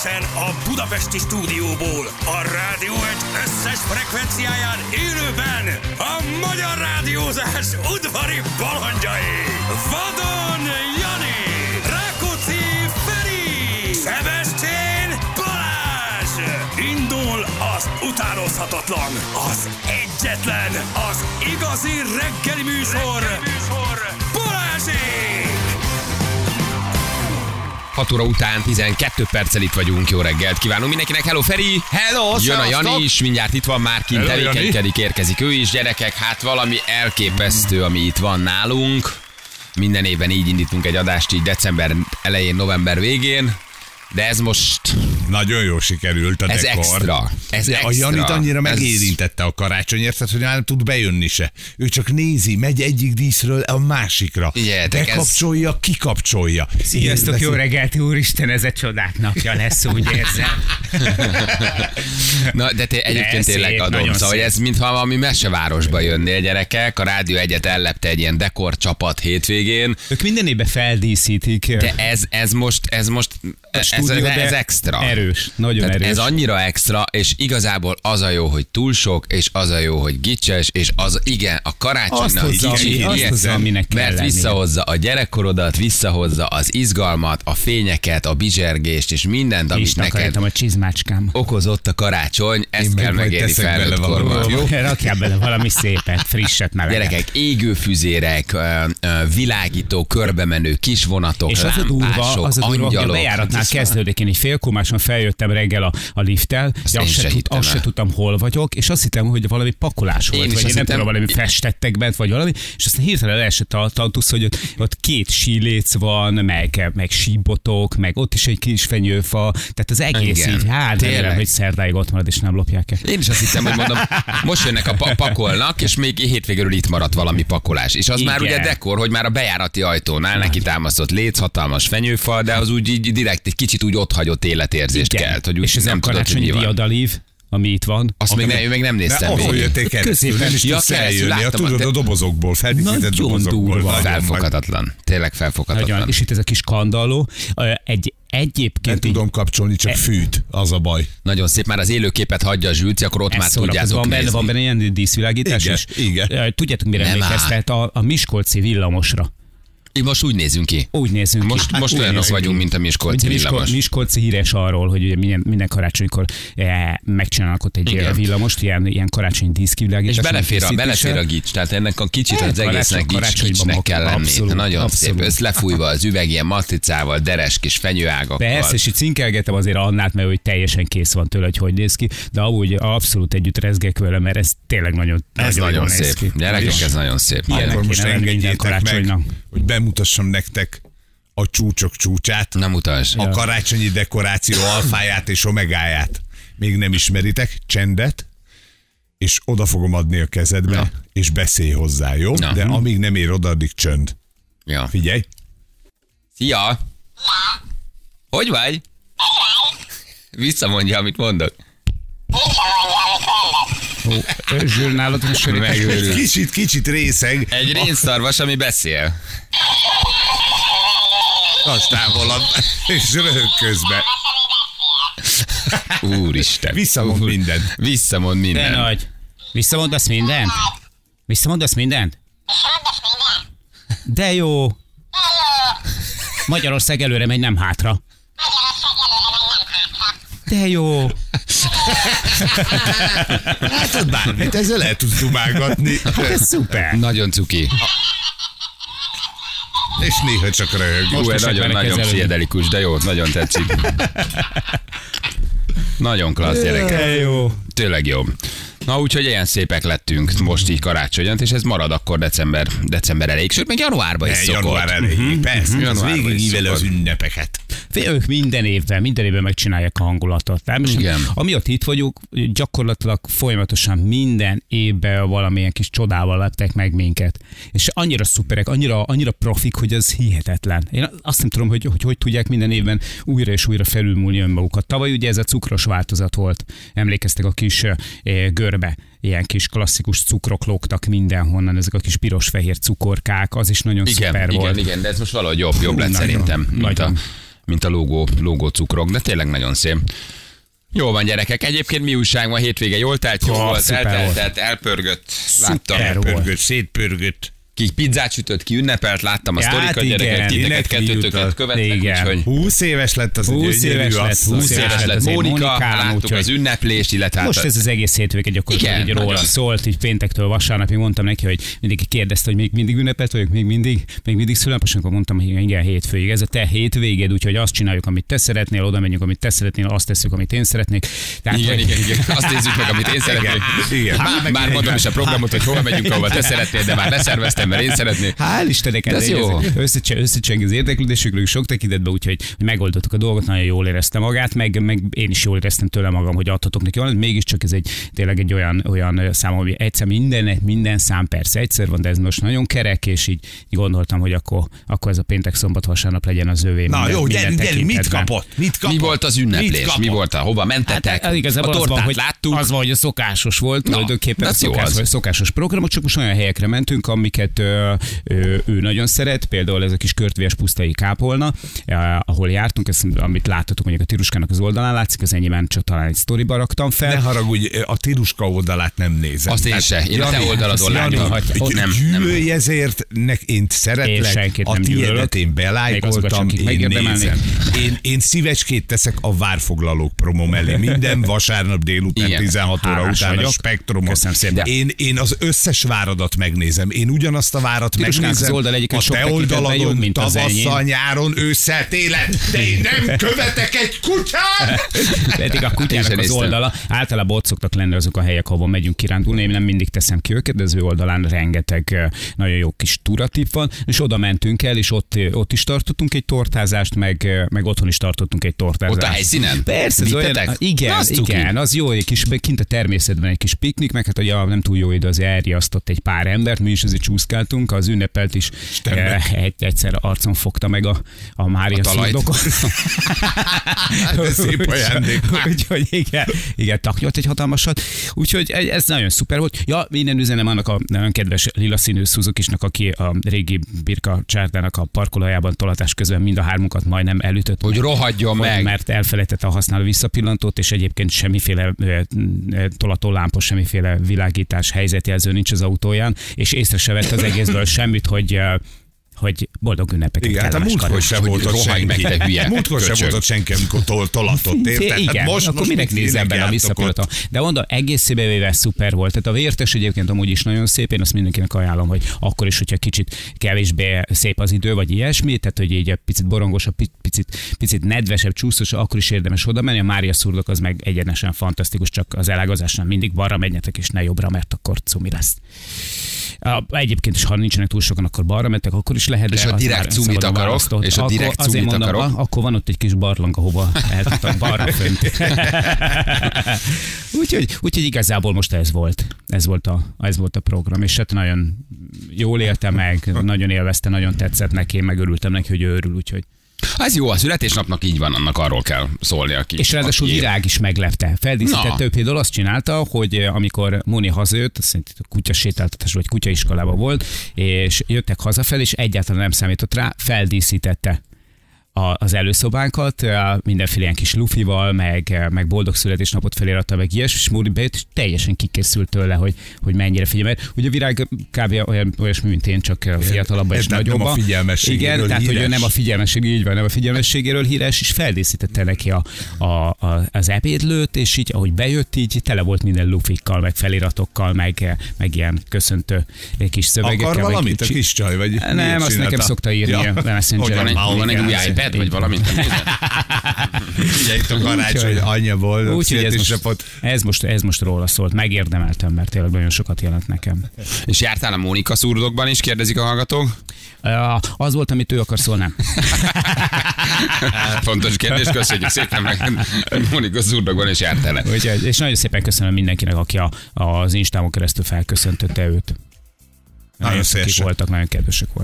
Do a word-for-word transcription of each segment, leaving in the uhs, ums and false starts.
Élőben a budapesti stúdióból, a Rádió egy összes frekvenciáján élőben a magyar rádiózás udvari balandjai. Vadon Jani, Rákóczi Feri, Szebestén Balázs. Indul az utánozhatatlan, az egyetlen, az igazi reggeli műsor, reggeli műsor. Balázsék! hat óra után tizenkét perccel itt vagyunk, jó reggelt kívánunk mindenkinek. Hello Feri! Hello, jön a Jani is, mindjárt itt van már kint, Hello, tevékenykedik, érkezik ő is. Gyerekek, hát valami elképesztő, ami itt van nálunk. Minden évben így indítunk egy adást, így december elején, november végén. De ez most... Nagyon jól sikerült a ez dekor. Extra. Ez De extra. a Janit annyira ez... megérintette a karácsony, érted, hogy nem tud bejönni se. Ő csak nézi, megy egyik díszről a másikra. Igyetek, bekapcsolja, ez... kikapcsolja. Sziasztok, jó reggelt, úristen, ez a csodák napja lesz, úgy érzem. Na, de te egyébként de tényleg szép, adom. Szóval szép. ez mintha valami mesevárosba jönnél, gyerekek. A Rádió Egyet ellepte egy ilyen dekorcsapat hétvégén. Ők minden évben feldíszítik. De ez, ez most, ez most, ez, ez, ez extra. Erős, nagyon Tehát erős. ez annyira extra, és igazából az a jó, hogy túl sok, és az a jó, hogy gicses, és az igen, a karácsonynak Azt hozza, kicsit azt ilyen, hozza, aminek kell mert lennie. visszahozza a gyerekkorodat, visszahozza az izgalmat, a fényeket, a bizsergést, és mindent, És amit neked takarítom a csizmácskám. okozott a karácsony, ezt Én kell meg majd megélni teszek bele felnőtt valamit, korban. jó? Rakjál bele valami szépet, frisset, meleget. Gyerekek, égőfüzérek, ö, ö, világító, körbemenő kisvonatok, És az a durva, lámpások, az a durva, hogy a angyalok. bejáratnál kezdődik, én így félkomáson feljöttem reggel a, a lifttel, de én azt se se, tud, hittem azt el. se tudtam, hol vagyok, és azt hittem, hogy valami pakolás volt, Én is vagy azt én nem hittem- tudom, valami festettek bent, vagy valami, és aztán hirtelen leesett a tantusz, hogy ott, ott két síléc van, meg, meg síbotok, meg ott is egy kis fenyőfa, tehát az egész Igen, így, hát tényleg. remélem, hogy szerdáig ott marad, és nem lopják el. Én is azt hittem, hogy mondom, most jönnek a pa- pakolnak, és még hétvégéről itt maradt valami pakolás. És az Igen. már ugye dekor, hogy már a bejárati ajtónál neki támasztott léc, hatalmas fenyőfal, de az úgy így direkt egy kicsit úgy otthagyott életérzést Igen. kelt, hogy úgy És ez nem a tudod, hogy karácsonyi mi van. diadalív, ami itt van. Azt még, ne, még nem néztem Ahol végig. jöttél keresztül, Középen. nem is Ja, tudsz keresztül eljönni, a láttam, tudod de- a dobozokból, feldiszített Nagyon dobozokból. durva. Nagyon meg- Felfoghatatlan. Tényleg felfoghatatlan. Nagyon, és itt ez a kis kandalló, ö, egy Nem egyébként így- tudom kapcsolni, csak fűt, az a baj. Nagyon szép, már az élőképet hagyja a Zsülci, akkor ott Ez már szórakozó. tudjátok van benne, nézni. van benne ilyen díszvilágítás Igen, is? igen. Ö, Tudjátok, mire Nem emlékeztet? A, a Miskolci villamosra. Így most úgy nézünk ki. Úgy nézünk Most, ki. most Úgy olyanok nézünk vagyunk, ki. mint a Miskolci Mint a villamos. Miskol, Miskolci híres arról, hogy ugye minden, minden karácsonykor e, megcsinálnak ott egy Igen. Igen. villamost, ilyen, ilyen karácsonyi És díszkivilágítás. belefér a, készítése. belefér a gics, tehát ennek a kicsit Eh, az egésznek karácsony- gics, karácsonyban gicsnek mag- kell lenni. abszolút, Nagyon abszolút. szép. Összlefújva az üveg ilyen matricával, deres kis fenyőágakkal. Persze, és itt cinkelgetem azért Annát, mert hogy teljesen kész van tőle, hogy hogy néz ki, de amúgy abszolút együtt rezgek vele, mert ez tényleg nagyon, Ez nagyon, nagyon jól néz szép. ki. Gyerekek, És ez nagyon szép. Ilyenek Akkor most kéne lenni minden engedjétek meg, karácsonynak. hogy bemutassam nektek a csúcsok csúcsát, Nem utasd. a karácsonyi dekoráció alfáját és omegáját. Még nem ismeritek, csendet, és oda fogom adni a kezedbe, Na. és beszélj hozzá, jó? Na. De amíg nem ér oda, addig csönd. Ja. Figyelj! Szia! Hogy vagy? Visszamondja, amit mondok. Zsűr, nálad a sörét Megőrül. Kicsit, kicsit részeg. Egy rénszarvas, ami beszél. Az távolad, és röhög közben. Úristen. Visszamond Úr- mindent. Visszamond De minden. nagy. Visszamondasz mindent? Visszamondasz mindent? De jó. Magyarország előre megy, nem hátra. De jó. Hát bármit, ezzel el tudsz dumálgatni. Ez szuper. Nagyon cuki. És néha csak röhög. Hú, is nagyon, akarnak nagyon kezelni. pszichedelikus, de jó, nagyon tetszik. Nagyon klassz gyerek. De jó. Tényleg jó. Na úgyhogy ilyen szépek lettünk most így karácsonyan, és ez marad akkor december, december elejéig, sőt még januárban is Ne, szokott. január elejéig, persze, az Januárban is végigível az szokott. ünnepeket. Fél, ők minden évben, minden évben megcsinálják a hangulatot. Nem? És Igen. amiatt itt vagyunk, gyakorlatilag folyamatosan minden évben valamilyen kis csodával leptek meg minket. És annyira szuperek, annyira, annyira profik, hogy ez hihetetlen. Én azt nem tudom, hogy, hogy hogy tudják minden évben újra és újra felülmúlni önmagukat. Tavaly ugye ez a cukros változat volt. Emlékeztek a kis eh, görbe, ilyen kis klasszikus cukrok lógtak mindenhonnan, ezek a kis piros-fehér cukorkák, az is nagyon Igen, szuper igen, volt. igen, de ez most valahogy jobb, jobb lett Nagyon, szerintem, mint a, nagyon. mint a logó, logó cukrok, de tényleg nagyon szép. Jó van, gyerekek. Egyébként mi újság van? Hétvége jól telt, jó Oh, volt, szuper elteltett, elpörgött. Láttam. Szuper volt. Pörgött, szétpörgött. Ki pizzát sütött, ki ünnepelt, láttam a Ja, sztorikat, hát gyerekek, igen, titeket, ének kettőtöket kijutott. követnek, Igen. úgyhogy húsz éves lett az húsz gyönyörű éves lett, asszony. húsz húsz éves lett lett azért Mónika, Mónikán, láttuk úgyhogy- az ünneplést, illetve hát Most ez az egész hétvége gyakorlatilag Igen, így róla nagyon. szólt, így péntektől vasárnapig mondtam neki, hogy mindig kérdezte, hogy még mindig ünnepelt vagyok, még mindig, még mindig szülőnapos, akkor mondtam, hogy igen, hétfőig. Ez a te hétvéged, úgyhogy azt csináljuk, amit te szeretnél, oda megyünk, amit te szeretnél, azt tesszük, amit én szeretnék. Tehát, igen, hogy- igen, igen. Azt nézzük meg, amit én szeretnék. Igen. Már, Már már meg- mondom is a programot, hogy hova megyünk, ahova te szeretnél, de már leszerveztem, mert én szeretnék. Hál' Istennek, De ez jó. összecseng, összecseng az érdeklődésükről sok tekintetben, úgyhogy hogy megoldottuk a dolgot, nagyon jól érezte magát, meg, meg én is jól éreztem tőle magam, hogy adhatok neki valamit. Mégiscsak ez egy tényleg egy olyan, olyan szám, ami egyszer minden, minden szám persze egyszer van, de ez most nagyon kerek, és így, így gondoltam, hogy akkor, akkor ez a péntek, szombat, vasárnap legyen az övé. Na minden, jó, minden gyerünk, gyerünk, mit tekintetben. kapott? Mit kapott? Mi volt az Mit ünneplés? kapott? Mi volt a, hova mentetek? Hát, igazából a az tortát van, hogy, láttuk. az van, hogy a szokásos volt, Na, tulajdonképpen az jó szokásos, az. szokásos programok, csak most olyan helyekre mentünk, amiket ö, ö, ő nagyon szeret, például ez a kis körtvies pusztai kápolna, eh, ahol jártunk, ezt, amit láttatok mondjuk a Tiruskának az oldalán látszik, az enyémben csak talán egy sztoriba raktam fel. Ne haragudj, a Tiruska oldalát nem nézem. Azt én Tehát, se. Én a te Jani, oldaladon Jani, látom. hogy Nem, gyűlölj ezért, nek, én Én szeretlek, senkit a nem tiédet gyűlölök. én Még azokat belájkoltam, sem, akik én megérdemelnék. nézem. Én, én szívecskét teszek a várfoglalók promó mellé. Minden vasárnap délután Igen. tizenhat óra Hálás után a vagyok. Spektrumon. Köszönöm szépen. Én, én az összes váradat megnézem. Én ugyanazt a várat Tiruskának az megnézem. oldal egyébként a sok te tekintetben oldaladon jobb, mint az tavasszal, enyém. nyáron, ősszel, télen. De én nem követek egy kutyát! Pedig a Én kutyának sem az néztem. oldala, általában ott szoktak lenni azok a helyek, ahol megyünk kirándulni, én nem mindig teszem ki őket, de az ő oldalán rengeteg eh, nagyon jó kis turatip van, és oda mentünk el, és ott, eh, ott is tartottunk egy tortázást, meg, eh, meg otthon is tartottunk egy tortázást. Ott a helyszínen? Persze, az olyan, Vittetek? igen, Na, az cuki. igen, az jó, egy kis, kint a természetben egy kis piknik, meg hát ugye nem túl jó idő, az elriasztott egy pár embert, mi is azért csúszkáltunk, az ünnepelt is eh, egy, egyszer arcon fogta meg a, a Mária A talajt. szurdokot. De szép ajándék. Úgyhogy igen, igen, taknyolt egy hatalmasat. Úgyhogy ez nagyon szuper volt. Ja, minden üzenem annak a nagyon kedves lila színű Suzuki-snak, aki a régi Birka csárdának a parkolójában tolatás közben mind a hármunkat majdnem elütött. Hogy rohadjon Hogy- meg. Mert elfelejtette a használó visszapillantót, és egyébként semmiféle ö, ö, tolatólámpos, semmiféle világítás, helyzetjelző nincs az autóján, és észre se vett az egészből semmit, hogy ö, hogy boldog ünnepeket, Igen, hát a kellemes múltkor karácsony. sem volt ott rohanj meg, senki. te hülye Múltkor sem köcsög. volt ott senki, amikor tol, tolatott, érted? Igen, Hát most, akkor most minek mit nézem bele a jártok ott? visszapillanatom. De mondom, egészében véve szuper volt. Tehát a vértes egyébként amúgy is nagyon szép, én azt mindenkinek ajánlom, hogy akkor is, hogyha kicsit kevésbé szép az idő, vagy ilyesmi, tehát hogy így egy picit borongosabb, pi- picit, picit nedvesebb, csúszós, akkor is érdemes oda menni. A Mária szurdok az meg egyenesen fantasztikus, csak az elágazásnál mindig balra menjetek, és ne jobbra, mert akkor cumi lesz. A- Egyébként is, ha nincsenek túl sokan, akkor balra mentek, akkor is lehet. És de a az direkt már cumit szabadon akarok, választott. és a Akkor direkt azért cumit mondom, akarok. a- Akkor van ott egy kis barlang, ahova el tudtak balra fönt. úgyhogy, úgyhogy igazából most ez volt. Ez volt, a, ez volt a program, és hát nagyon jól élte meg, nagyon élvezte, nagyon tetszett neki, én megörültem neki, hogy ő örül, úgyhogy. Ez jó, a születésnapnak így van, annak arról kell szólni, aki... És ráadásul aki- virág is meglepte. Feldíszítette, Na. például azt csinálta, hogy eh, amikor Moni hazajött, azt szerint a kutyasétáltatás vagy kutyaiskolában volt, és jöttek hazafelé, és egyáltalán nem számított rá, feldíszítette a- az előszobánkat, eh, mindenféle ilyen kis lufival, meg, eh, meg boldog születésnapot feliratta, meg ilyesmi, és Móri bejött, és teljesen kikészült tőle, hogy, hogy mennyire figyelj. Mert ugye a virág kb. olyan, olyasmi, mint én, csak eh, fiatalabb Ez és nem- nem nagyobb. a figyelmességéről Igen, tehát hogy ő híres. nem a figyelmesség, így van, nem a figyelmességéről híres, és feldíszítette neki a, a, a, az ebédlőt, és így, ahogy bejött, így tele volt minden lufikkal, meg feliratokkal, meg, meg ilyen köszöntő kis szövegekkel. Akar meg valamit a kicsi- kis csaj? Vagy Nem, miért azt csinálta? nekem szokta írni a Messengeren. Van egy, Van van egy Igen, új ez- iPad, vagy így. valamit? Ugye itt a karácsony, Úgyhogy- anyja boldog Úgyhogy ez most, születésnapot. ez, most, ez most róla szólt. Megérdemeltem, mert tényleg nagyon sokat jelent nekem. És jártál a Mónika szurdokban is, kérdezik a hallgatók? Uh, az volt, amit ő akar szól, nem. Fontos kérdés, köszönjük szépen, meg Mónika szurdokban is jártál. Úgyhogy, és nagyon szépen köszönöm mindenkinek, aki a, az Instámon keresztül felköszöntötte őt. Nagyon Nagyon szükik szélső. voltak, nagyon kedvesek voltak.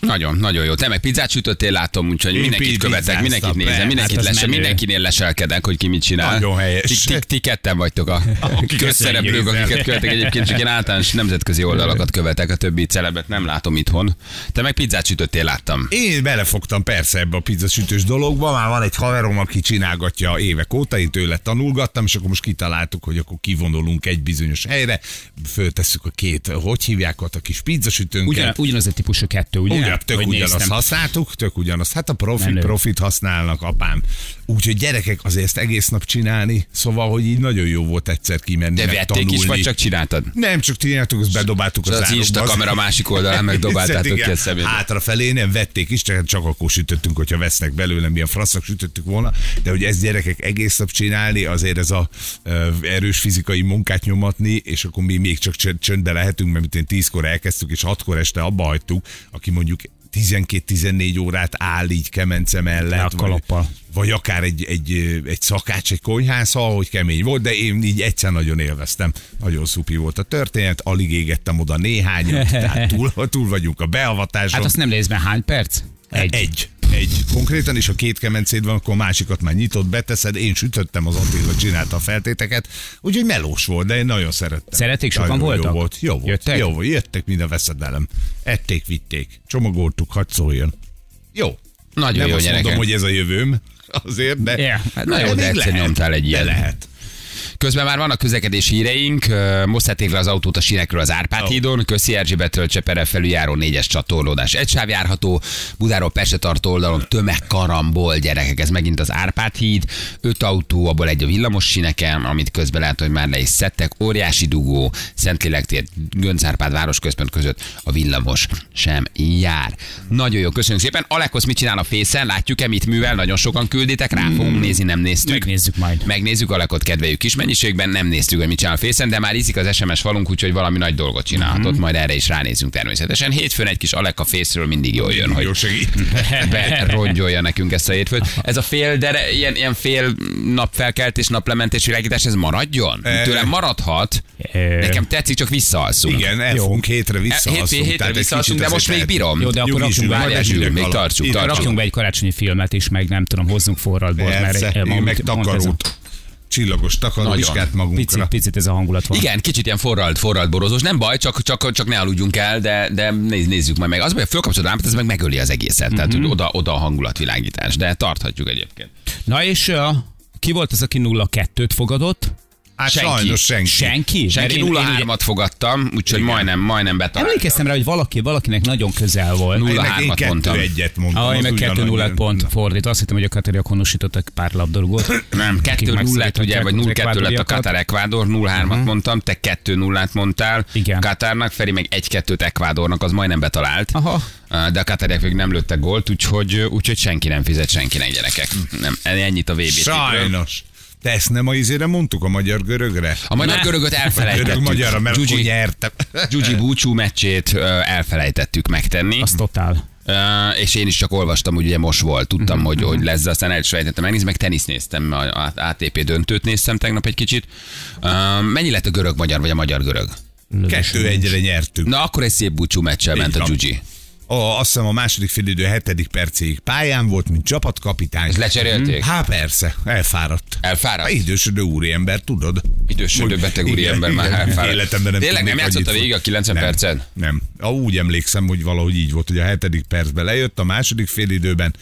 Nagyon, nagyon jó. Te meg pizzát sütöttél, látom, úgyhogy Én mindenkit pi- követek, mindenkit pizzáztam, nézem, persze. mindenkit Hát az lese, menő. mindenkinél leselkedek, hogy ki mit csinál. Nagyon helyes. Ti, ti, ti ketten vagytok a közszereplők, nézel. akiket követek. Egyébként csak én általános nemzetközi oldalakat követek, a többi celebet nem látom itthon. Te meg pizzát sütöttél, láttam. Én belefogtam persze ebbe a pizzasütős dologba, már van egy haverom, aki csinálgatja évek óta, én tőle tanulgattam, és akkor most kitaláltuk, hogy akkor kivonulunk egy bizonyos helyre, föltesszük a két, hogy hívják ott a kis pizzasütőnket. Ugyan, ugyanaz a típusú kettő, ugye? Ugyan, tök Hogy ugyanazt néztem. használtuk, tök ugyanazt. Hát a profit, Menő. profit használnak, apám. Úgyhogy gyerekek azért ezt egész nap csinálni, szóval, hogy így nagyon jó volt egyszer kimenni, De meg vették tanulni. is, vagy csak csináltad? Nem, csak csináltuk, azt bedobáltuk Az az árokba. Insta kamera másik oldalán meg dobáltátok ki a szemét. Hátrafelé nem vették is, csak, csak akkor sütöttünk, hogyha vesznek belőle, milyen fraszak sütöttük volna. De hogy ezt gyerekek egész nap csinálni, azért ez a ö, erős fizikai munkát nyomatni, és akkor mi még csak csönd, csöndbe lehetünk, mert mint én tízkor elkezdtük, és hatkor este abba hagytuk, aki mondjuk tizenkét-tizennégy órát áll így kemence mellett. Le a kalappal. Vagy, vagy akár egy, egy, egy szakács, egy konyhász, ahogy kemény volt, de én így egyszer nagyon élveztem. Nagyon szupi volt a történet, alig égettem oda néhányat, tehát túl, túl vagyunk a beavatáson. Hát azt nem nézd be, hány perc? Egy. Egy. Egy. Konkrétan, és a két kemencéd van, akkor a másikat már nyitott, beteszed, én sütöttem, az Attila csinálta a feltéteket, úgyhogy melós volt, de én nagyon szerettem. Szerették, sokan nagyon voltak? Jó volt, jó volt. Jöttek? Jó volt, jöttek mind a veszedelem. Ették, vitték, csomagoltuk, hadd szóljon. Jó. Nagyon Nem jó, azt gyerekek. mondom, hogy ez a jövőm, azért, de... Yeah, hát na jó, de még egyszer lehet. nyomtál egy ilyen. De lehet. Közben már vannak közlekedési híreink. Most szedték le az autót a sínekről az Árpád Ó. hídon, Köszi Erzsébetről Csepere felüljáró négyes csatorlódás. Egy sáv járható, Budáról Pestre tartó oldalon tömegkarambol, gyerekek, ez megint az Árpád híd. Öt autó, abból egy a villamos síneken, amit közben lehet, hogy már le is szedtek. Óriási dugó, Szentlélek tér, Gönc Árpád városközpont között a villamos sem jár. Nagyon jó, köszönjük szépen. Alekosz mit csinál a fészen? Látjuk-e, mit művel? Nagyon sokan külditek, rá fogunk nézni, nem néztük. Megnézzük majd. Megnézzük, Alekot kedveljük kis mennyiségben, nem néztük, hogy mit csinál a fészen, de már iszik az es em es falunk, úgyhogy valami nagy dolgot csinálhatott, Mhm. majd erre is ránézünk természetesen. Hétfőn egy kis Alek a fészről mindig jól jön, hogy Jó segít. berongyolja nekünk ezt a hétfőt. Ez a fél, de ilyen, ilyen fél napfelkeltés, naplementés, világítás, ez maradjon? Eh. Tőlem maradhat. Eh. Nekem tetszik, csak visszaalszunk. Igen, el fogunk hétre visszaalszunk. Hétfő, hétre tehát egy visszaalszunk, kicsit de most azért még bírom. Jó, de akkor Nyugi, rakjunk Zsül, be- majd Várjál, egy Zsül, üveg még alatt. tartsuk, Ide tartsuk. Rakjunk be egy karácsonyi filmet is, meg nem tudom, hozzunk forradból. Persze, mert, én eh, meg pont ez a- takarót, csillagos takaróiskát Nagyon. magunkra. Picit, picit ez a hangulat van. Igen, kicsit ilyen forralt, forralt borozós. Nem baj, csak, csak, csak ne aludjunk el, de, de nézz, nézzük majd meg. Az, hogy fölkapcsolod a lámpát, ez meg megöli az egészet. Mm-hmm. Tehát hogy oda, oda a hangulatvilágítás, de tarthatjuk egyébként. Na és uh, ki volt az, aki nulla kettőt fogadott? Hát Senki. sajnos senki. Senki? Mert Senki én- én nulla ugye- hármat fogadtam, úgyhogy majdnem, majdnem betaláltam. Emlékeztem rá, hogy valaki, valakinek nagyon közel volt. Nulla Én meg én hármat kettő mondtam. egyet mondtam. Ah, én az meg kettő ugyanannyi. nullát pont fordít. Azt hittem, hogy a Katarina honosítottak pár labdarúgót. Nem, kettő nullát ugye, vagy nulla kettő lett a Katar Ekvádor, nulla hármat mondtam, te kettő nullát mondtál Igen. Katárnak, Feri meg egy kettőt Ekvádornak, az majdnem betalált. Aha. De a katariak még nem lőttek gólt, úgyhogy, úgyhogy senki nem fizet senkinek, gyerekek. Nem, ennyit a vé bé-ről. Sajnos. De ezt nem a izére mondtuk, a magyar-görögre? A magyar görögöt elfelejtettük. Görög-magyarra, mert akkor Gyugyi, nyertem. Gyugyi búcsú meccsét ö, elfelejtettük megtenni. Az totál. Uh, és én is csak olvastam, hogy ugye most volt, tudtam, hogy, hogy lesz, de aztán el is fejtettem megnézni, meg tenisz néztem, a á té pé döntőt néztem tegnap egy kicsit. Uh, mennyi lett a görög-magyar, vagy a magyar-görög? Kettő egyre nyertünk. Na, akkor egy szép búcsú meccsel Így ment a van. Gyugyi. A, azt hiszem a második félidő hetedik percéig pályán volt, mint csapatkapitány. Ezt lecserélték? Há, persze, elfáradt. Elfáradt? Idősödő úriember, tudod? Idősödő beteg úriember már elfáradt. Életemben nem Tényleg nem tudnék játszotta annyit végig a kilencven nem, percen? Nem. Ah, úgy emlékszem, hogy valahogy így volt, hogy a hetedik percben lejött a második félidőben,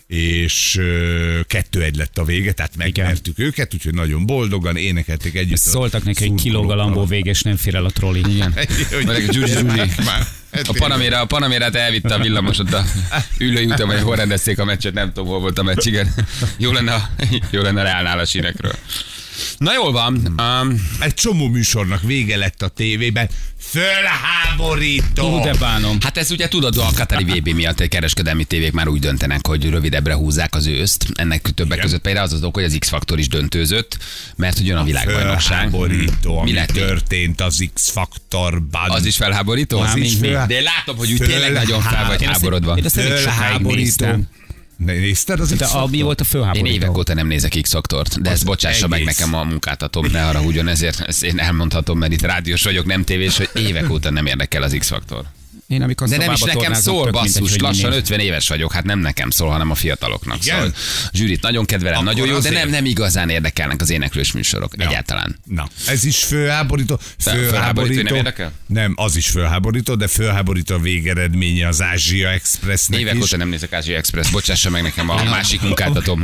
és ö, kettő egy lett a vége, tehát megnyertük őket, úgyhogy nagyon boldogan énekelték együtt. Ezt szóltak neki, hogy kilóg a Lambó vége, és nem fér el a troli. Igen. Meg a Gyugyi Gyugyi. A Panamera, a Panamérát elvitte a villamosot a ülői úton, vagy hol rendezték a meccset, nem tudom, hol volt a meccs, igen. Jó lenne, jó lenne leállnál a sínekről. Na jól van. Um, Egy csomó műsornak vége lett a tévében. Fölháborító! Ú, de bánom. hát ez ugye tudod, a katari vé bé miatt egy kereskedelmi tévék már úgy döntenek, hogy rövidebbre húzzák az őszt. Ennek többek Igen. között például az az ok, hogy az X-faktor is döntőzött, mert hogy jön a világbajnokság. Fölháborító, ami Mi lett még? történt az X-faktorban. Az is felháborító? Az is föl- De én látom, hogy úgy tényleg nagyon fel vagy Föl- háborodva. Én azt elég sokáig néztem. Ne, nézted az De a, mi volt a Én fölháborító? évek óta nem nézek X-faktort, de ezt bocsássa meg egész. nekem a munkáltatom, ne haragudjon, ezért ezt én elmondhatom, mert itt rádiós vagyok, nem tévés, hogy évek óta nem érdekel az X-faktor. Én amikor De nem is szobába nekem tornázom, szól, tök mindegy, basszus, hogy mi lassan néz. ötven éves vagyok, hát nem nekem szól, hanem a fiataloknak. Igen? Szóval zsűrit nagyon kedvelem, Akkor nagyon jó, de azért. nem, nem igazán érdekelnek az éneklős műsorok Ja. egyáltalán. Na, ez is fölháborító. fölháborító, Fölháborító. nem érdekel? Nem, az is fölháborító, de fölháborító a végeredménye az Ázsia Expressnek Évek is. óta nem nézek Ázsia Express, bocsássa meg nekem a másik munkáltatom.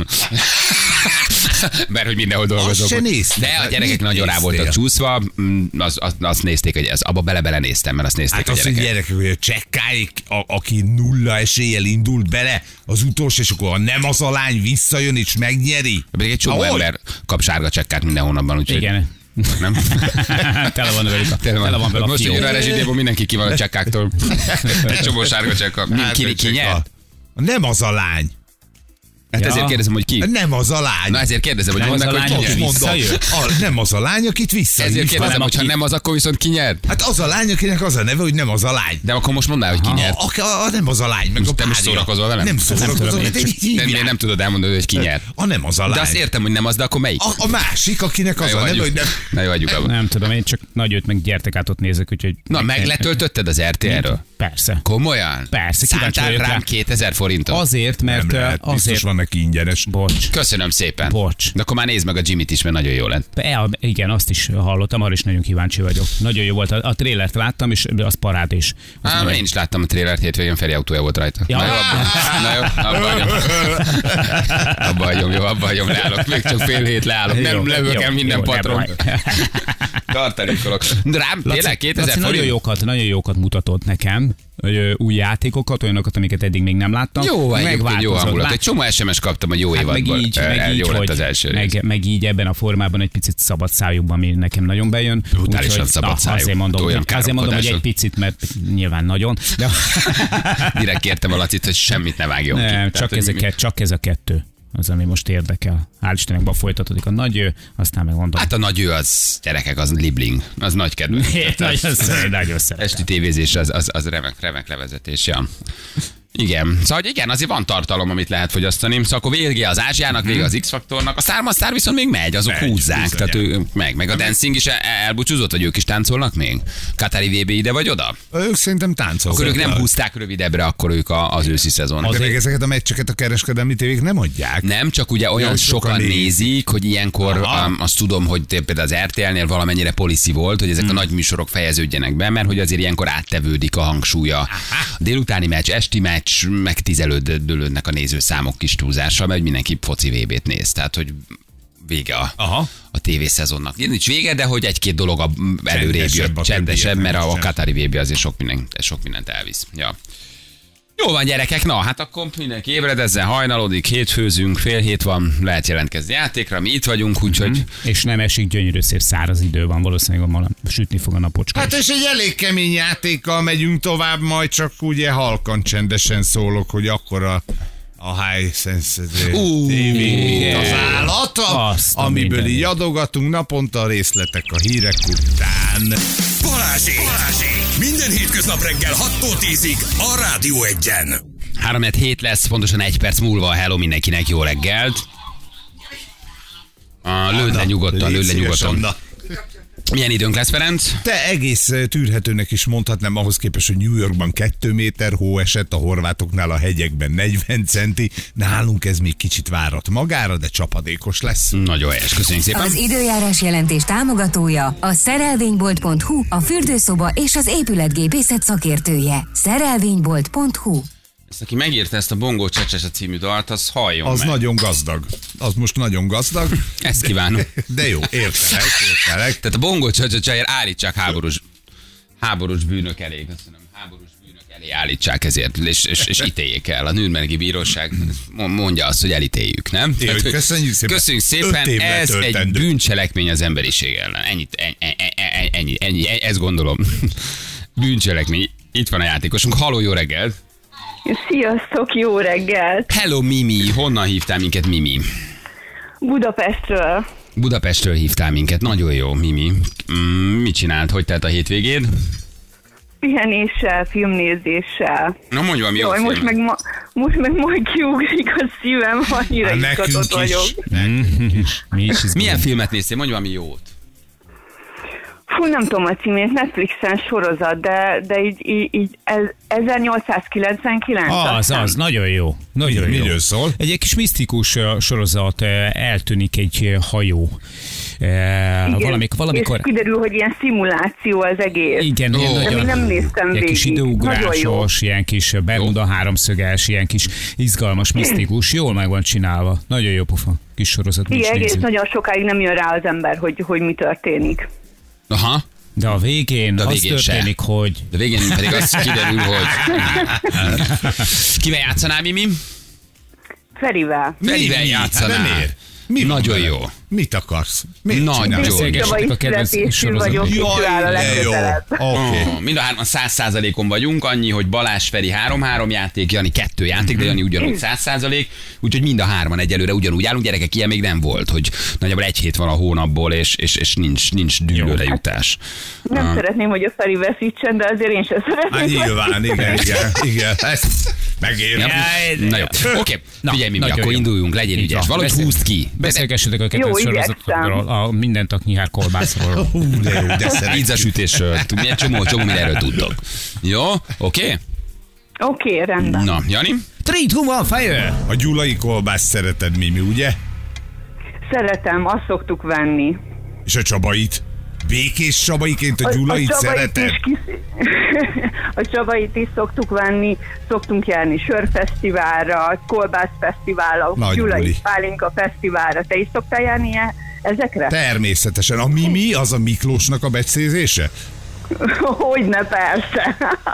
Mert hogy mindenhol dolgozok. Azt se nézted. De a gyerekek Mit nagyon rá néztél? voltak csúszva, mm, azt, azt, azt nézték, hogy ez, abba bele-bele néztem, mert azt nézték Hát a az, hogy gyerekek. gyerekek, hogy a csekkáig, a, aki nulla eséllyel indult bele, az utolsó, és akkor ha nem az a lány visszajön és megnyeri. Pedig egy csomó Ahogy? ember kap sárga csekkát minden hónapban, úgyhogy... Igen. Nem? Tele van velük a, Tele van, tele van vele a most, hogy fió. jön a rezsidéból, mindenki ki van a csekkáktól. Egy csomó sárga csekka. Mi, Hát, ki, ki csekka. nyert? Nem az a lány. Hát Ja. ezért kérdezem, hogy ki. Nem az a lány. Na ezért kérdezem, hogy Nem mondd az meg, a hogy lány, ki aki nyert. Mondom, visszajön? a, nem az a lány, akit visszajön. Ezért kérdezem, hanem hogy ha aki- nem az, akkor viszont ki nyert. Hát az a lány, akinek az a neve, hogy nem az a lány. De akkor most mondd el, hogy ki nyert. A, a, a, nem az a lány, meg a Te most párja. szórakozol velem? Nem szórakozol, tudom, mert én egy De miért hívják. nem tudod elmondani, hogy ki nyert? A nem az a lány. De azt értem, hogy nem az, de akkor melyik? A, a másik, akinek az Na jó, a neve, hagyjuk. hogy nem... Na jó, hagyjuk abba. Nem tudom, én csak nagy öt meg gyertek át ott nézek, úgyhogy... Na, meg letöltötted az er té el-ről? Persze. Komolyan? Persze, kíváncsi Szántál vagyok rám rá. kétezer forintot? Azért, mert Nem lehet, biztos azért... van neki ingyenes. Bocs. Köszönöm szépen. Bocs. De akkor már nézd meg a Jimmy-t is, mert nagyon jó lett. E, igen, azt is hallottam, arra is nagyon kíváncsi vagyok. Nagyon jó volt. A, a trélert láttam, és az parád is. Az Á, nagyon- én is láttam a trélert, hétvégén Feri autója volt rajta. Ja. Na jó, abba, na jó, abba hagyom. Abba hagyom, jó, abba hagyom, leállok. Még csak fél hét leállok. Jó, Nem lövök jó, el minden jó, nem patron. baj. Tartalékolok. De rám tényleg Laci, kétezer nagyon forint? jókat, nagyon jókat mutatott nekem. Hogy, ö, új játékokat, olyanokat, amiket eddig még nem láttam. Jó, egyébként jó Megváltozott. hangulat. Lát- Egy csomó es em es kaptam a jó Hát meg évadból. így, El- meg így, jó lett hogy az első rész. meg, meg így ebben a formában egy picit szabad szájúban, ami nekem nagyon bejön. Brutálisan Úgyhogy, szabad na, szájú. Azért mondom, Olyan hogy, azért mondom, hogy egy káromkodások. picit, mert nyilván nagyon. De, Direkt kértem a Lacit, hogy semmit ne vágjon ki. nem, Tehát, csak, hogy ez a, mi- ke- csak ez a kettő az, ami most érdekel. Hál' Istennek folytatódik a nagy ő, aztán megmondom. Hát a nagy ő az, gyerekek, az libling. Az nagy kedvenc. nagyon szeretem, nagyon szeretem. Esti tévézés az, az, az remek, remek levezetés, ja. Igen, szóval hogy igen, azért van tartalom, amit lehet fogyasztani. Szóval akkor vége az Ázsiának, vége az X-faktornak. A Szármasztár viszont még megy, azok Megy, húzzák. bizony. Tehát ő, meg, meg a Dancing is el- elbúcsúzott, vagy ők is táncolnak még? Katari vé bé ide vagy oda? Ők szerintem táncolnak. Akkor ők nem húzták rövidebbre, akkor ők a, az őszi szezon. De még ezeket a meccseket a kereskedelmi tévék nem adják. Nem, csak ugye olyan Jó, sokan sokan nézik, nézik, hogy ilyenkor Aha. um, azt tudom, hogy például az er té el-nél valamennyire policy volt, hogy ezek Hmm. a nagy műsorok fejeződjenek be, mert hogy azért ilyenkor áttevődik a hangsúlya. A délutáni meccs, esti meccs, meg tizelődnek a nézőszámok kis túlzással, mert mindenki foci vé bét néz. Tehát, hogy vége a, Aha. a tévészezonnak. Nincs vége, de hogy egy-két dolog a előrébb Csendesebb jött, a csendesebb, mert a, a többiek, Katari vé bé azért sok, minden, sok mindent elvisz. Ja. Jó van, gyerekek, na hát akkor mindenki ébredezzen, hajnalodik, hétfőzünk, fél hét van, lehet jelentkezni játékra, mi itt vagyunk, úgyhogy És nem esik, gyönyörű szép száraz idő van, valószínűleg ma sütni fog a napocska. Hát is. és egy elég kemény játékkal megyünk tovább, majd csak ugye halkan csendesen szólok, hogy akkor a a high sensitive Ú, té vé az yeah. állat, Azt a amiből így mindenit. adogatunk naponta a részletek a hírek után. Balázsék! Balázsék! Minden hétköznap reggel hattól tízig a Rádió Egyen. három hét lesz, pontosan egy perc múlva. Hello mindenkinek, jó reggelt. A, lőd le nyugodtan, lőd le Légy szíves, nyugodtan. Anna. Milyen időnk lesz, Ferenc? Te egész eh, tűrhetőnek is mondhatnám ahhoz képest, hogy New Yorkban kettő méter hó esett, a horvátoknál a hegyekben negyven centi, nálunk ez még kicsit várat magára, de csapadékos lesz. Nagyon helyes, köszönjük szépen. Az időjárás jelentés támogatója a szerelvénybolt pont hu, a fürdőszoba és az épületgépészet szakértője. szerelvénybolt pont hu. Ezt, aki megírta ezt a Bongó Csecsese című dalt, az halljon Az meg. nagyon gazdag. Az most nagyon gazdag. Ezt kívánom. De jó, értelek, értelek. Tehát a Bongó Csecsese állítsák háborús, háborús bűnök elé. Köszönöm. Háborús bűnök elé állítsák ezért, és, és, és ítéljék el. A Nürnbergi Bíróság mondja azt, hogy elítéljük, nem? Jó, Tehát, hogy köszönjük szépen. Köszönjük Öt szépen, évre ez egy töltendő. bűncselekmény az emberiség ellen. Ennyit, ennyi, ennyi, ennyi, ennyi, ennyi ezt gondolom. Bűncselekmény. Itt van a játékosunk. Halló, jó reggelt! Sziasztok, jó reggelt! Hello, Mimi. Honnan hívtál minket, Mimi? Budapestről. Budapestről hívtál minket. Nagyon jó, Mimi. Mm, mit csinált? Hogy telt a hétvégéd? Pihenéssel, filmnézéssel. Na, mondj valami jó Jaj, most filmet. meg, ma, most meg majd kiugrik a szívem, annyira Hát izgatott nekünk vagyok. is. Nekünk is. Mi is izgulunk. Milyen filmet néztél? Mondj valami jót. Fú, nem tudom a címét, Netflixen sorozat, de, de így, így, így ez- ezernyolcszázkilencvenkilenc. Az, aztán. az, nagyon jó. Nagyon jó. Miről szól? Egy, egy kis misztikus ö, sorozat, ö, eltűnik egy ö, hajó. Ö, Igen, Valamik, valamikor... És kiderül, hogy ilyen szimuláció az egész. Igen, Ó. ilyen De nagyon, mi nem néztem ilyen kis végig. Nagyon jó. időugrásos, ilyen kis Bermuda háromszöges, ilyen kis izgalmas, misztikus, jól meg van csinálva. Nagyon jó pofa kis sorozat. mi is Igen, egész nézzük. nagyon sokáig nem jön rá az ember, hogy, hogy mi történik. Aha. De a végén, De a az végén se. történik, hogy De végén pedig az kiderül, hogy... Kivel játszanál, Mimi? Ferivel. Ferivel Mi? játszanál. Hát de miért? Mi van Nagyon vele? jó. Mit akarsz? Miért Nagyon csinálsz? jó. beszélgessetek a kedvenc születésű sorozat. vagyok, és ő áll a de jó. legközelebb. Oké. Oh, mind a hárman száz százalékon vagyunk, annyi, hogy Balázs Feri három-három játék, Jani kettő játék, de Jani ugyanúgy száz százalék, úgyhogy mind a hárman egyelőre ugyanúgy állunk. Gyerekek, ilyen még nem volt, hogy nagyjából egy hét van a hónapból, és, és, és nincs, nincs dűlőre jutás. Nem Ah. szeretném, hogy a Feri veszítsen, de azért én sem Hát szeretném. nyilván, igen, igen, igen. Ezt megérni. Ja. Na jó, oké, Na, figyelj Mimi, nagyon akkor jó. induljunk, legyél Így ügyes. van. Valahogy Beszél- húzd ki. beszélgessetek a kedvenc Jó, sorozatokról, a mindent nyihár kolbászról. Hú, de jó, de szeretjük. Pizzasütésről, milyen csomó, csomó mindenről tudtok. Jó, oké? Oké, rendben. Na, Jani? Three, two, one, fire! A gyulai kolbászt szereted, Mimi, ugye? Szeretem, azt szoktuk venni. És a Csabait? Békés Csabaiként a gyulait szereted? is kis... a Csabait is szoktuk venni, szoktunk járni sörfesztiválra, kolbászfesztiválra, Nagy Gyulai buli. Pálinka fesztiválra. Te is szoktál járni ilyen- ezekre? Természetesen. A Mimi az a Miklósnak a becézése? Hogyne, persze.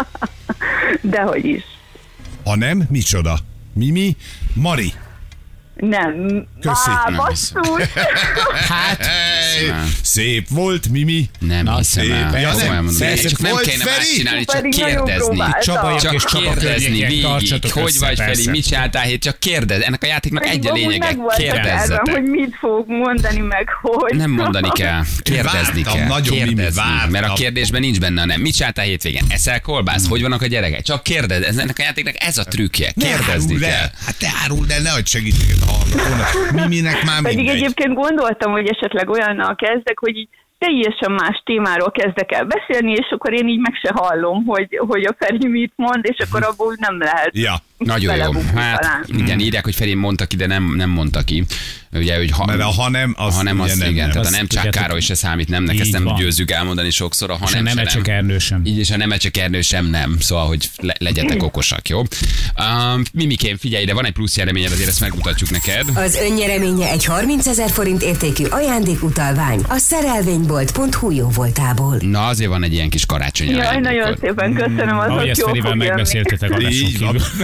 Dehogy is. Ha nem, micsoda? Mimi, Mari. Nem. Köszi. Á, Nem basszus. Hát, Hey, el. szép volt, Mimi. Nem Na, hiszem szép. el. Ja, Komolyan nem, mondom. szép Csak nem volt, kellene más Feri? csinálni, csak Pedig nagyon kérdezni. próbáltam. Csabaiak és Csak Csaba kérdezni környéken végig, tartsatok hogy össze, vagy Feri, persze. mit csináltál hét, csak kérdez. Ennek a játéknak egy a Amúgy lényege, megvolt a tervem, kérdezzetek. hogy mit fogok mondani, meg hogy. Nem mondani kell, kérdezni Vártam, kell. nagyon, Mimi, kérdezni, vártam. mert a kérdésben nincs benne a nem. Mit csináltál hétvégén? Eszel kolbász? Hogy vannak a gyerekek? Csak kérdez. Ez- Ennek a játéknak ez a trükkje. Ne Kérdezni áruld kell. el. Hát te áruld el, ne adj segítséget a hallgatónak. Miminek már Pedig mindegy. egyébként gondoltam, hogy esetleg olyannal kezdek, hogy így teljesen más témáról kezdek el beszélni, és akkor én így meg se hallom, hogy, hogy a Feri mit mond, és akkor abból úgy nem lehet. Ja. Nagyon jó. belebukni Hát, talán. igen, írják, hogy Feri mondta ki, de nem, nem mondta ki. Ugye, hogy ha, Mert a ha nem, az ha nem, ugye az nem, igen, nem. tehát a Azt nem csak tudjátok, Károly se számít nemnek, így ezt nem van. győzzük elmondani sokszor, a ha és a nem, nem se csak nem. Ernő sem. Így és a nem csak Ernő sem nem, szóval, hogy le, legyetek okosak, jó? Um, Mimikén, figyelj ide, van egy plusz nyereményed, azért ezt megmutatjuk neked. Az önnyereménye egy harmincezer forint értékű ajándékutalvány a szerelvénybolt pont hu jó voltából. Na, azért van egy ilyen kis karácsonyi Jaj, ajándékod. nagyon szépen köszönöm, az Ahogy ott ezt jó Ferivel fog jönni. megbeszéltetek adáson Így van. kívül.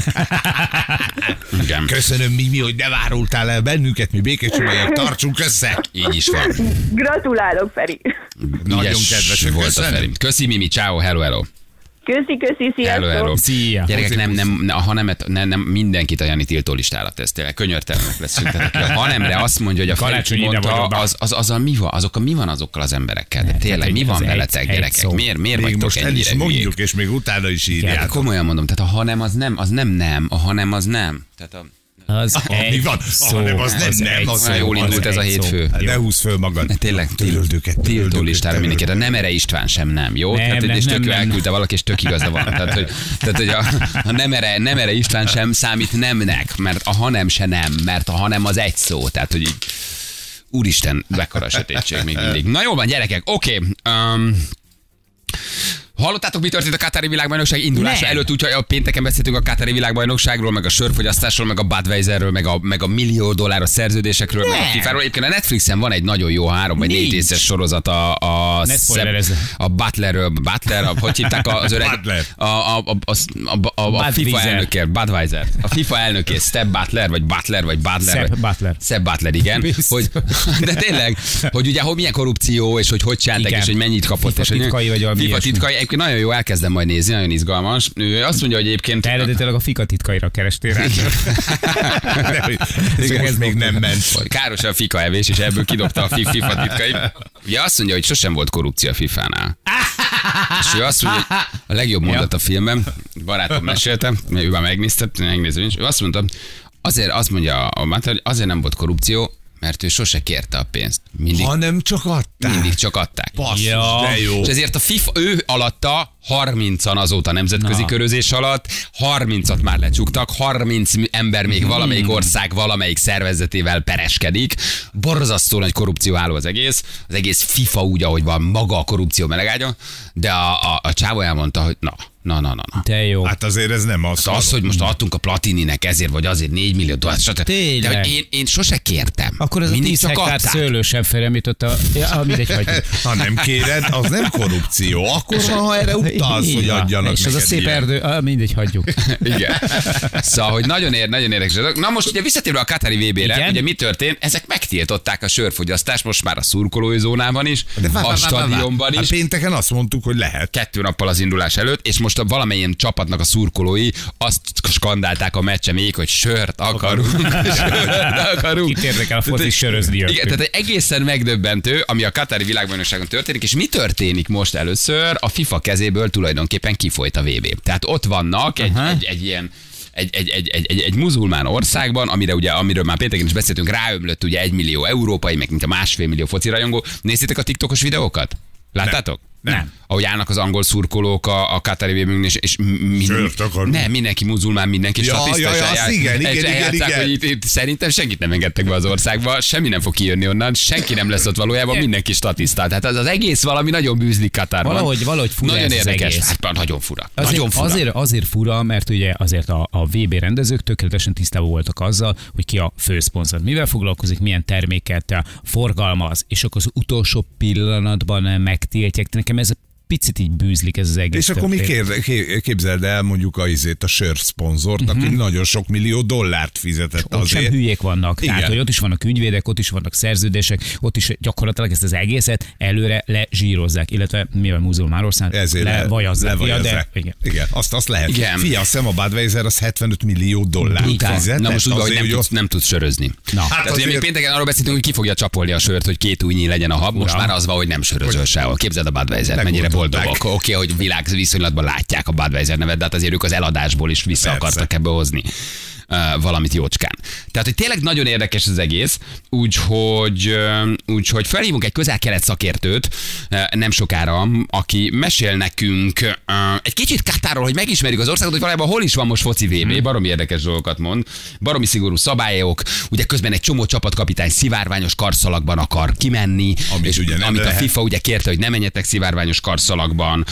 Igen. Köszönöm, Mimi, hogy ne várultál el bennünket, mi békés Csabaiak, tartsunk össze. Így is van. Gratulálok, Feri. Nagyon Ügyes kedvesek, volt a köszönöm. Feri. Köszi, Mimi, ciao, hello, hello. Köszi, köszi, Hello, hello. sziasztok. Szia. Gyerekek, nem, nem, ne- ha nem, nem, nem, mindenkit a Jani tiltó listára tesz, tényleg könyörtelenek leszünk. Tehát, aki a ha nemre azt mondja, hogy a Feri Karácsony ide mondta, vagyok be. az, az, az, a mi van, azok a mi van azokkal az emberekkel? De tényleg, egy- mi van az egy- veletek, egy gyerekek? szó. Miért, miért Még vagytok most el is ennyire mondjuk, hülyék? és még utána is Hát írjátok. komolyan mondom, tehát a ha nem, az nem, az nem nem, a ha nem, az nem. Tehát a, Az Ah, mi egy van? szó. Ah, nem, az nem, nem, egy az szó, olyan jól az indult ez a egy szó. hétfő. Ne húzz föl magad. de tényleg Töröld őket, töröld tiltó őket, listára töröld mindenkit. A őket. nem ere István sem nem, jó? Nem, tehát, nem, és nem, tök jó nem. elküldte valaki, és tök igaza van. Tehát, hogy, tehát, hogy a, a nem, ere, nem ere István sem számít nemnek, mert a hanem se nem, mert a hanem az egy szó. Tehát, hogy így, úristen, mekkora sötétség még mindig. Na jó van, gyerekek, oké. Okay. Um, Hallottátok, mi történt a Katári világbajnokság indulása Nem. előtt, úgyhogy a pénteken beszéltünk a Katári világbajnokságról, meg a sörfogyasztásról, meg a Budweiserről, meg a, meg a millió dolláros szerződésekről, meg a Nem. fifáról. Egyébként a Netflixen van egy nagyon jó három vagy négy Nincs. részes sorozat a, a, Ne spoilerezz. a Butlerről, Butler, a, hogy hívták az öreg, Butler. a, a, a, a, a, a, a FIFA Budweiser. elnöke, Budweiser, a FIFA elnöké, Sepp Butler, vagy Butler, vagy Butler. Sepp Butler. Sepp Butler, igen. Biztos. Hogy, de tényleg, hogy ugye, hogy milyen korrupció, és hogy hogy csinálták, Igen. és hogy mennyit kapott. FIFA és hogy- titkai, vagy valami FIFA ilyesmi. titkai, egyébként nagyon jó, elkezdem majd nézni, nagyon izgalmas. Ő azt mondja, hogy egyébként... Te eredetileg a fika titkaira kerestél rá. De, hogy ez most még nem ment. Káros a fika evés, és ebből kidobta a FIFA titkait. Ugye azt mondja, hogy sosem volt korrupció a fifánál. És ő azt mondja, hogy a legjobb mondat a filmben, barátom meséltem, mert ő már megnézte, megnézem is, ő azt mondta, azért azt mondja a Máté, hogy azért nem volt korrupció, mert ő sose kérte a pénzt. Mindig, Hanem csak adták. mindig csak adták. Basszus, Ja. de jó. És ezért a FIFA, ő alatta harmincan azóta nemzetközi Na. körözés alatt, harmincat már lecsuktak, harminc ember még valamelyik ország valamelyik szervezetével pereskedik. Borzasztó nagy korrupció álló az egész. Az egész FIFA úgy, ahogy van, maga a korrupció melegágya, de a, a, a csávó elmondta, hogy na, na, na, na. na. De jó. Hát azért ez nem az. Az, hogy most adtunk a Platininek ezért, vagy azért négy millió dollár, stb. Tényleg. De hogy én, én sose kértem. Akkor ez Mindig a tíz csak hektár adták. szőlő sem felemított a... Ja, mindegy, hagyjuk. Ha nem kéred, az nem korrupció. Akkor van, ha erre utalsz, Így hogy van. adjanak És az a neked szép ilyen. erdő, ah, mindegy, hagyjuk. Igen. Szóval, hogy nagyon, ér, nagyon érdekes. dolog. Na most ugye visszatérve a Katari vé bére, Igen? ugye mi történt? Ezek megtiltották a sörfogyasztást most már a szurkolói zónában is, De vá- a vá- vá- vá- vá. stadionban Hát is. pénteken azt mondtuk, hogy lehet. Kettő nappal az indulás előtt, és most a valamilyen csapatnak a szurkolói azt skandálták a meccsen még, hogy sört akarunk. Sört akarunk. Kit érdekel a foci, sörözni jöttünk. Igen, tehát egy egészen megdöbbentő, ami a Katari világbajnokságon történik, és mi történik most először? A FIFA kezéből tulajdonképpen kifolyt a vé bé. Tehát ott vannak egy, egy, egy ilyen egy, egy, egy, egy, egy, egy muzulmán országban, amire ugye, amiről már pénteken is beszéltünk, ráömlött ugye egy millió európai, meg mint a másfél millió foci rajongó. Néztétek a TikTokos videókat? Láttátok? Nem. Nem. Ahogy állnak az angol szurkolók a, a Katari vé bén, és, és mi, Sört akarunk. nem, mindenki muzulmán, mindenki Ja, statiszta. ja, és ja, azt eljár- igen, igen, és igen, eljátszák, igen. hogy itt, itt szerintem senkit nem engedtek be az országba, semmi nem fog kijönni onnan, senki nem lesz ott valójában, mindenki statiszta. Tehát az, az egész valami nagyon bűzlik Katarban. Valahogy- valahogy fura Nagyon ez az érdekes. egész. Hát nagyon fura. Azért, nagyon fura. Azért, azért fura, mert ugye azért a, a vé bé rendezők tökéletesen tisztában voltak azzal, hogy ki a főszponzor, mivel foglalkozik, milyen terméket forgalmaz, és akkor az utolsó pillanatban megtiltják. Nekem ez picit így bűzlik ez az egész. És akkor mi történet. kér, ké- képzeld el mondjuk a, izét, a sörszponzort, uh-huh. aki nagyon sok millió dollárt fizetett Ott sem azért. hülyék vannak. Igen. Tehát, hogy ott is vannak ügyvédek, ott is vannak szerződések, ott is gyakorlatilag ezt az egészet előre lezsírozzák, illetve mivel muzulmán ország, Ezért le- levajazzák. Ja, levajazzák. de, igen. Igen, azt, azt lehet. Igen. Fia, azt hiszem a Budweiser az hetvenöt millió dollár Így van. fizetett. Na most úgy, van, hogy azért, nem, tudsz, nem tudsz sörözni. Na. Hát Hát Tehát ugye még azért- pénteken arról beszéltünk, hogy ki fogja csapolni a sört, hogy két újnyi legyen a hab. Most Ura. már az van, hogy nem sörözöl sehol. Képzeld a Budweiser, mennyire Megoldották. boldogok. Oké, hogy világ viszonylatban látják a Budweiser nevet, de hát azért ők az eladásból is vissza Persze. akartak ebbe hozni uh, valamit jócskán. Tehát, hogy tényleg nagyon érdekes az egész, úgyhogy uh, úgyhogy felhívunk egy közel-kelet szakértőt uh, nem sokára, aki mesél nekünk uh, egy kicsit Katarról, hogy megismerjük az országot, hogy valójában hol is van most foci vé bé, Hmm. baromi érdekes dolgokat mond, baromi szigorú szabályok, ugye közben egy csomó csapatkapitány szivárványos karszalagban akar kimenni, Amit és ugye nem amit lehet. a FIFA ugye kérte, hogy ne menjetek szivárványos karszalagban,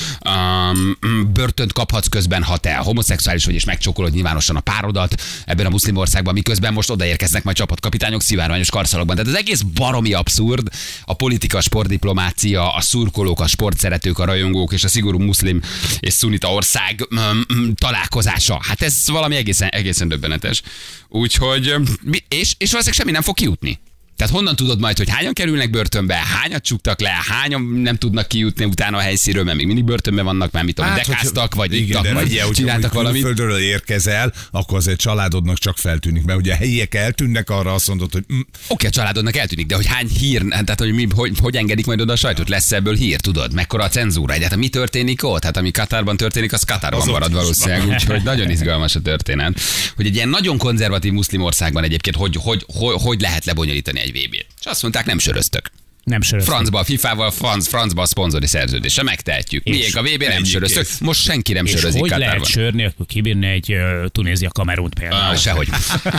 um, börtönt kaphatsz közben, ha te homoszexuális vagy, és megcsókolod nyilvánosan a párodat ebben a muszlim országban, miközben most odaérkeznek majd csapatkapitányok szivárványos karszalagban. Tehát az egész baromi abszurd, a politika, a sportdiplomácia, a szurkolók, a sportszeretők, a rajongók és a szigorú muszlim és szunita ország um, um, találkozása. Hát ez valami egészen, egészen döbbenetes. Úgyhogy, um, mi- és, és valószínűleg semmi nem fog kijutni. Tehát honnan tudod majd, hogy hányan kerülnek börtönbe, hányat csuktak le, hányan nem tudnak kijutni utána a helyszínről, mert még mindig börtönben vannak, mert mit tudom, hát, dekáztak, vagy igen, ittak, de vagy ugye, hogy csináltak valamit. Földről érkezel, akkor azért családodnak csak feltűnik, mert ugye a helyiek eltűnnek, arra azt mondod, hogy mm, Oké, a családodnak eltűnik, de hogy hány hír, tehát hogy, mi, hogy, hogy engedik majd oda a sajtót, lesz ebből hír, tudod, mekkora a cenzúra, egyáltalán mi történik ott? Hát ami Katarban történik, az Katarban Az ott marad is valószínűleg, van. úgyhogy nagyon izgalmas a történet. Hogy egy ilyen nagyon konzervatív muszlim országban egyébként hogy, hogy, hogy, hogy lehet lebonyolítani egy vé bét. És azt mondták, nem söröztök. Nem söröztek. Francba, a fifával, franc, francba a szponzori szerződése, megtehetjük. És Miénk a vé bé nem ennyi söröztök, kész. most senki nem És sörözik hogy lehet Katarban. sörni, akkor kibírni egy uh, Tunézia Kamerunt például. Ah, sehogy.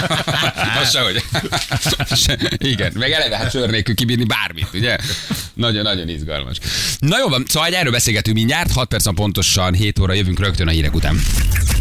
Ah, sehogy. Se, igen, meg eleve hát sör nélkül kibírni bármit, ugye? Nagyon-nagyon izgalmas. Na jó van, szóval erről beszélgetünk mindjárt, hat perc pontosan, hét óra jövünk rögtön a hírek után.